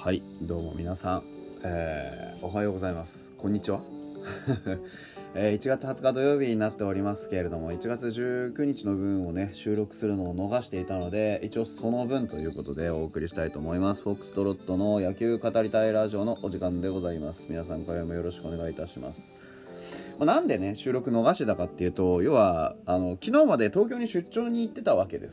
はい、どうも皆さん、おはようございます。こんにちは。1月20日土曜日になっておりますけれども、1月19日の分をね収録するのを逃していたので、一応その分ということでお送りしたいと思います。フォックストロットの野球語りたいラジオのお時間でございます。皆さん今夜もよろしくお願いいたします。なんでね収録逃してたかっていうと、要は昨日まで東京に出張に行ってたわけです。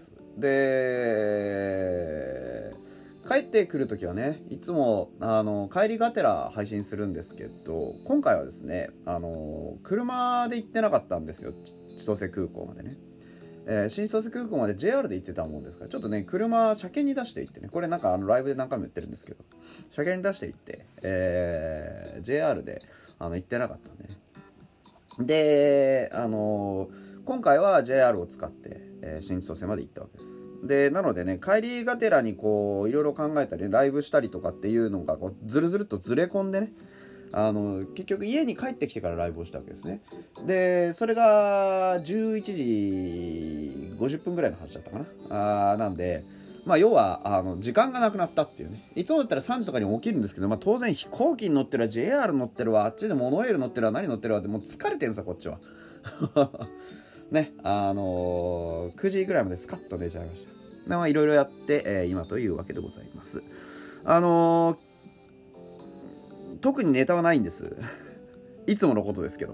で帰ってくるときはね、いつも帰りがてら配信するんですけど、今回はですね車で行ってなかったんですよ。千歳空港までね、新千歳空港まで JR で行ってたもんですから、ちょっとね車車検に出して行ってね、これなんかライブで何回も言ってるんですけど、車検に出して行って、JR で行ってなかったんでね。で今回は JR を使って、新千歳まで行ったわけです。でなのでね、帰りがてらにこういろいろ考えたりライブしたりとかっていうのがこうずるずるっとずれ込んでね、結局家に帰ってきてからライブをしたわけですね。でそれが11時50分ぐらいの話だったかな。なんで要は時間がなくなったっていうね。いつもだったら3時とかに起きるんですけど、当然飛行機に乗ってるわ JR 乗ってるわ、あっちでモノレール乗ってるわ、何乗ってるわってもう疲れてんさこっちは。ね、9時ぐらいまでスカッと寝ちゃいました。いろいろやって、今というわけでございます。特にネタはないんです。いつものことですけど。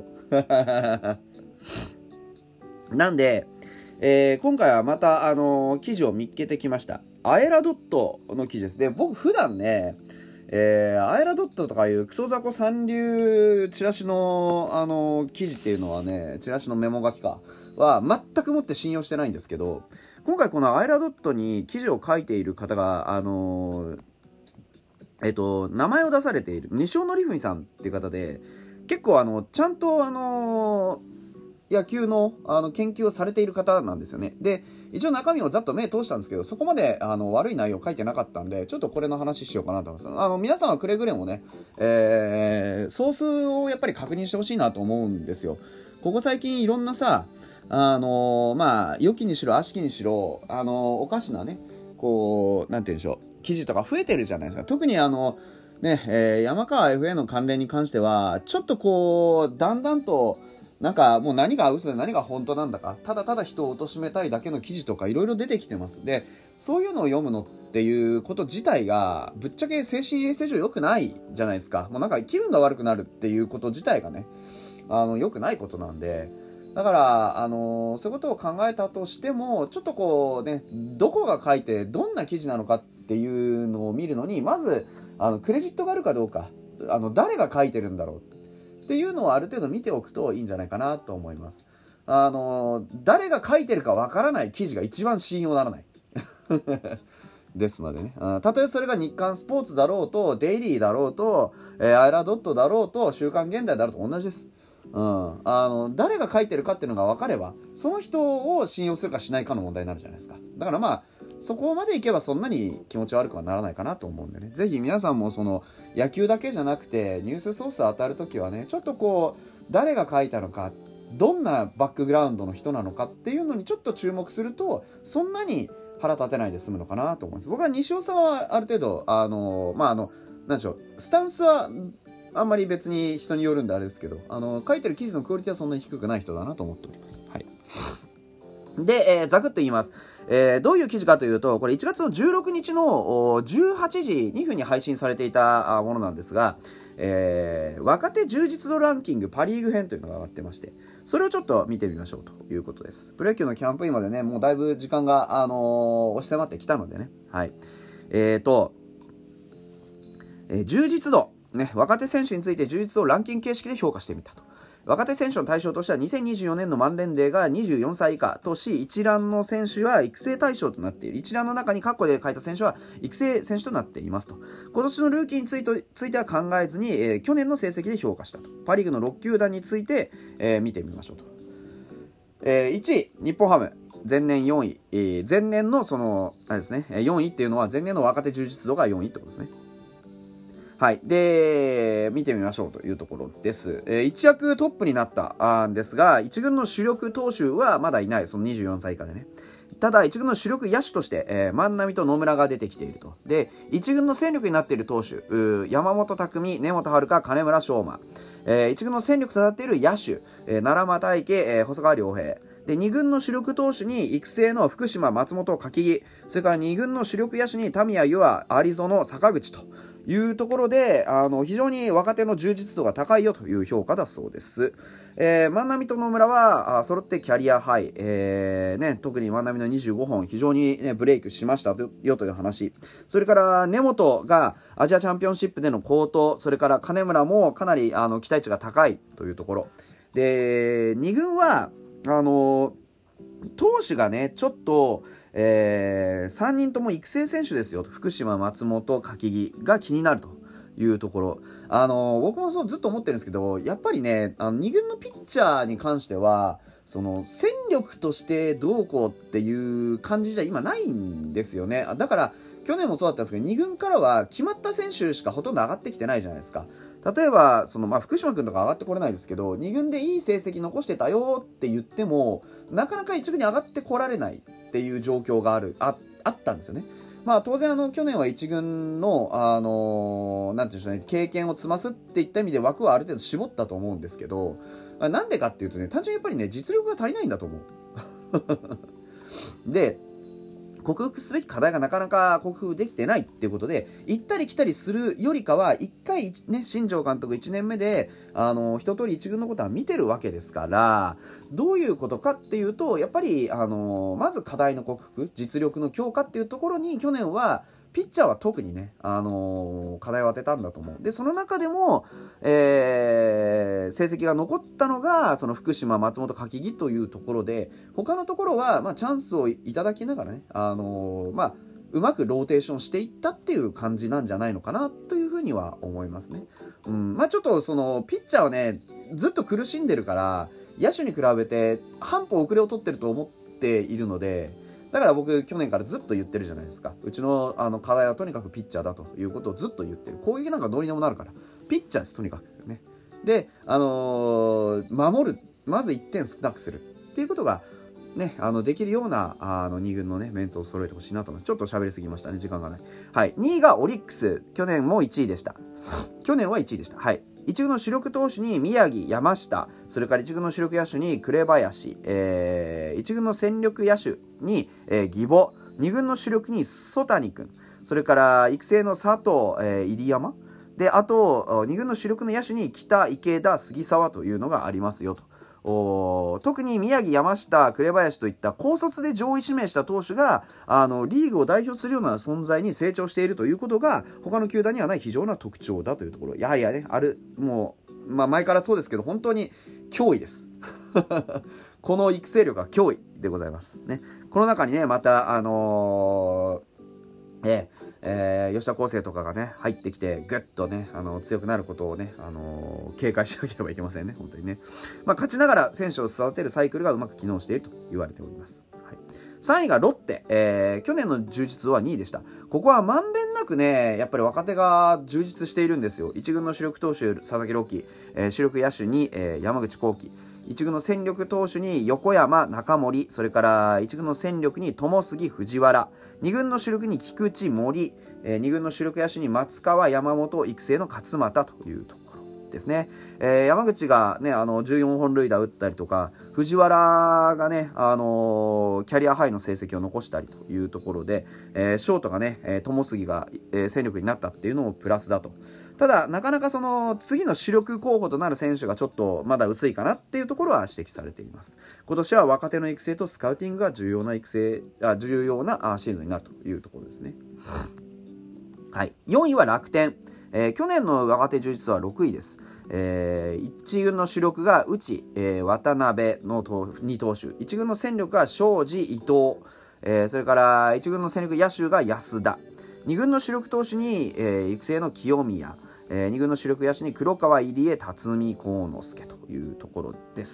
なんで、今回はまた、記事を見っけてきました。アエラドットの記事です。で、僕普段ね、アエラドットとかいうクソザコ三流チラシの、記事っていうのはね、チラシのメモ書きかは全くもって信用してないんですけど、今回このアエラドットに記事を書いている方が名前を出されている西尾則文さんっていう方で、結構ちゃんと野球の研究をされている方なんですよね。で一応中身をざっと目通したんですけど、そこまで悪い内容書いてなかったんで、ちょっとこれの話しようかなと思います。皆さんはくれぐれもね、ソースをやっぱり確認してほしいなと思うんですよ。ここ最近いろんなさ、良きにしろ悪しきにしろおかしなね、こうなんて言うんでしょう、記事とか増えてるじゃないですか。特に山川 FA の関連に関してはちょっとこうだんだんとなんかもう何が嘘で何が本当なんだか、ただただ人を貶めたいだけの記事とかいろいろ出てきてます。でそういうのを読むのっていうこと自体がぶっちゃけ精神衛生上良くないじゃないですか。もうなんか気分が悪くなるっていうこと自体がね良くないことなんで、だからそういうことを考えたとしても、ちょっとこうね、どこが書いてどんな記事なのかっていうのを見るのに、まずクレジットがあるかどうか、誰が書いてるんだろうっていうのをある程度見ておくといいんじゃないかなと思います。誰が書いてるかわからない記事が一番信用ならないですのでね、たとえそれが日刊スポーツだろうと、デイリーだろうと、アイラドットだろうと、週刊現代だろうと同じです。誰が書いてるかっていうのが分かれば、その人を信用するかしないかの問題になるじゃないですか。だからそこまでいけばそんなに気持ち悪くはならないかなと思うんでね、ぜひ皆さんもその野球だけじゃなくてニュースソース当たるときはね、ちょっとこう誰が書いたのか、どんなバックグラウンドの人なのかっていうのにちょっと注目すると、そんなに腹立てないで済むのかなと思います。僕は西尾さんはある程度なんでしょう、スタンスはあんまり別に人によるんであれですけど、書いてる記事のクオリティはそんなに低くない人だなと思っております。はい。で、ざくっと言います。どういう記事かというと、これ1月の16日の18時2分に配信されていたものなんですが、若手充実度ランキングパリーグ編というのが上がってまして、それをちょっと見てみましょうということです。プロ野球のキャンプインまでね、もうだいぶ時間が、押し迫ってきたのでね。はい。充実度。ね、若手選手について充実度をランキング形式で評価してみたと。若手選手の対象としては2024年の満年齢が24歳以下とし、一覧の選手は育成対象となっている。一覧の中にカッコで書いた選手は育成選手となっていますと。今年のルーキーについては考えずに、去年の成績で評価したと。パリーグの6球団について、見てみましょうと。1位日本ハム、前年4位、前年のそのあれですね、4位っていうのは前年の若手充実度が4位ってことですね。 はい。で、見てみましょうというところです。一躍トップになったんですが、一軍の主力投手はまだいない。その24歳以下でね。ただ、一軍の主力野手として、万波と野村が出てきていると。で、一軍の戦力になっている投手、山本拓実、根本遥、金村翔馬。一軍の戦力となっている野手、奈良間大輝、細川良平。で、2軍の主力投手に育成の福島、松本、柿木。それから2軍の主力野手に田宮、湯和、有園、坂口というところで、非常に若手の充実度が高いよという評価だそうです。万波と野村は揃ってキャリアハイ、特に万波の25本非常に、ブレイクしましたよという話。それから根本がアジアチャンピオンシップでの好投、それから金村もかなり期待値が高いというところで、2軍は投手がねちょっと、3人とも育成選手ですよと。福島、松本、柿木が気になるというところ。僕もそうずっと思ってるんですけど、やっぱりね2軍のピッチャーに関してはその戦力としてどうこうっていう感じじゃ今ないんですよね。だから去年もそうだったんですけど、2軍からは決まった選手しかほとんど上がってきてないじゃないですか。例えば福島君とか上がってこれないですけど、2軍でいい成績残してたよって言ってもなかなか1軍に上がってこられないっていう状況があったんですよね。当然去年は1軍のなんていうんでしょうね、経験を積ますっていった意味で枠はある程度絞ったと思うんですけど、なんでかっていうとね、単純にやっぱりね実力が足りないんだと思うで、克服すべき課題がなかなか克服できてないっていうことで、行ったり来たりするよりかは一回ね、新庄監督1年目で一通り一軍のことは見てるわけですから、どういうことかっていうと、やっぱりまず課題の克服、実力の強化っていうところに去年はピッチャーは特にね、課題を当てたんだと思う。で、その中でも、成績が残ったのがその福島、松本、柿木というところで、他のところは、チャンスをいただきながらね、うまくローテーションしていったっていう感じなんじゃないのかなというふうには思いますね。ちょっとそのピッチャーはねずっと苦しんでるから、野手に比べて半歩遅れを取ってると思っているので、だから僕去年からずっと言ってるじゃないですか。うちの課題はとにかくピッチャーだということをずっと言ってる。攻撃なんかどうにでもなるからピッチャーです、とにかくね。で、守る、まず1点少なくするっていうことがね、できるような2軍のねメンツを揃えてほしいなと思います。ちょっと喋りすぎましたね、時間がない。はい、2位がオリックス。去年も1位でした。去年は1位でした。はい。1軍の主力投手に宮城、山下、それから1軍の主力野手に紅林、1軍の戦力野手に、義母、2軍の主力に曽谷君、それから育成の佐藤、入山で、あと2軍の主力の野手に北、池田、杉沢というのがありますよと。特に宮城、山下、紅林といった高卒で上位指名した投手がリーグを代表するような存在に成長しているということが他の球団にはない非常な特徴だというところ、やはりねもう、前からそうですけど本当に脅威ですこの育成力は脅威でございますね。この中にねまた吉田康生とかがね入ってきてグッとね強くなることをね、警戒しなければいけませんね、本当にね。勝ちながら選手を育てるサイクルがうまく機能していると言われております。はい、3位がロッテ、去年の充実は2位でした。ここはまんべんなくねやっぱり若手が充実しているんですよ。1軍の主力投手佐々木朗希、主力野手に、山口航輝、1軍の戦力投手に横山、中森、それから1軍の戦力に友杉、藤原、2軍の主力に菊池、森、2軍の主力野手に松川、山本、育成の勝俣というところですね。山口がね14本塁打打ったりとか、藤原がねキャリアハイの成績を残したりというところで、ショートがね友杉が、戦力になったっていうのもプラスだと。ただなかなかその次の主力候補となる選手がちょっとまだ薄いかなっていうところは指摘されています。今年は若手の育成とスカウティングが重要なシーズンになるというところですね。はい、4位は楽天。去年の若手充実は6位です。1軍の主力が内、渡辺の2投手、1軍の戦力が庄司、伊藤、それから1軍の戦力野手が安田、2軍の主力投手に、育成の清宮、2軍の主力野手に黒川入江、辰巳幸之助というところです。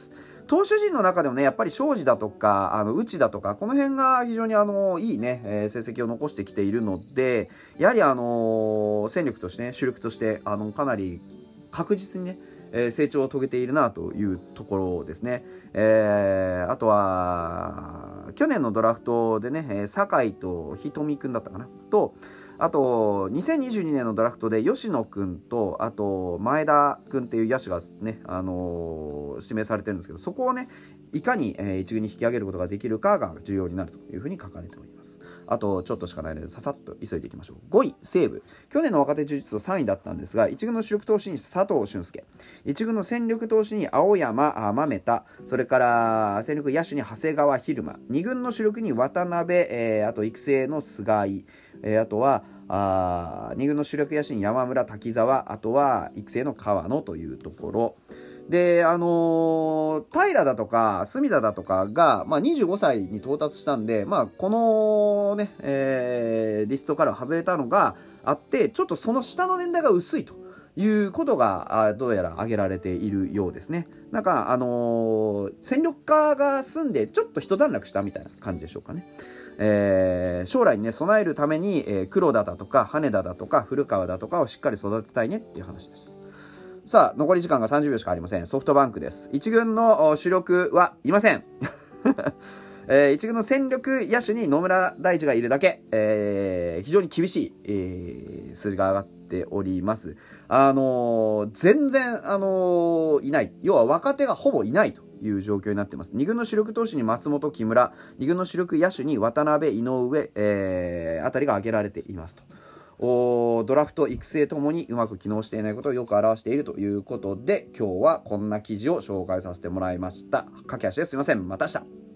投手陣の中でもね、やっぱり庄司だとか、内だとか、この辺が非常にいいね、成績を残してきているので、やはり戦力としてね、主力として、かなり確実にね、成長を遂げているなというところですね。あとは、去年のドラフトでね、酒井と瞳くんだったかなと、あと2022年のドラフトで吉野くんと、あと前田くんっていう野手がね、指名されてるんですけど、そこをね、いかに、一軍に引き上げることができるかが重要になるというふうに書かれております。あとちょっとしかないのでささっと急いでいきましょう。5位西武、去年の若手柔術と3位だったんですが、一軍の主力投手に佐藤俊介、一軍の戦力投手に青山豆田、それから戦力野手に長谷川蛭間、二軍の主力に渡辺、あと育成の菅井、あとは二軍の主力野手に山村滝沢、あとは育成の川野というところで、平だとか隅田だとかが、25歳に到達したんで、このね、リストから外れたのがあって、ちょっとその下の年代が薄いということがどうやら挙げられているようですね。なんか戦力化が済んでちょっと一段落したみたいな感じでしょうかね。将来にね備えるために、黒田だとか羽田だとか古川だとかをしっかり育てたいねっていう話です。さあ残り時間が30秒しかありません。ソフトバンクです。一軍の主力はいません。一軍の戦力野手に野村大地がいるだけ、非常に厳しい、数字が上がっております。全然、いない。要は若手がほぼいないという状況になっています。二軍の主力投手に松本、木村、二軍の主力野手に渡辺、井上、あたりが挙げられていますと。ドラフト育成ともにうまく機能していないことをよく表しているということで、今日はこんな記事を紹介させてもらいました。駆け足ですいません。また明日。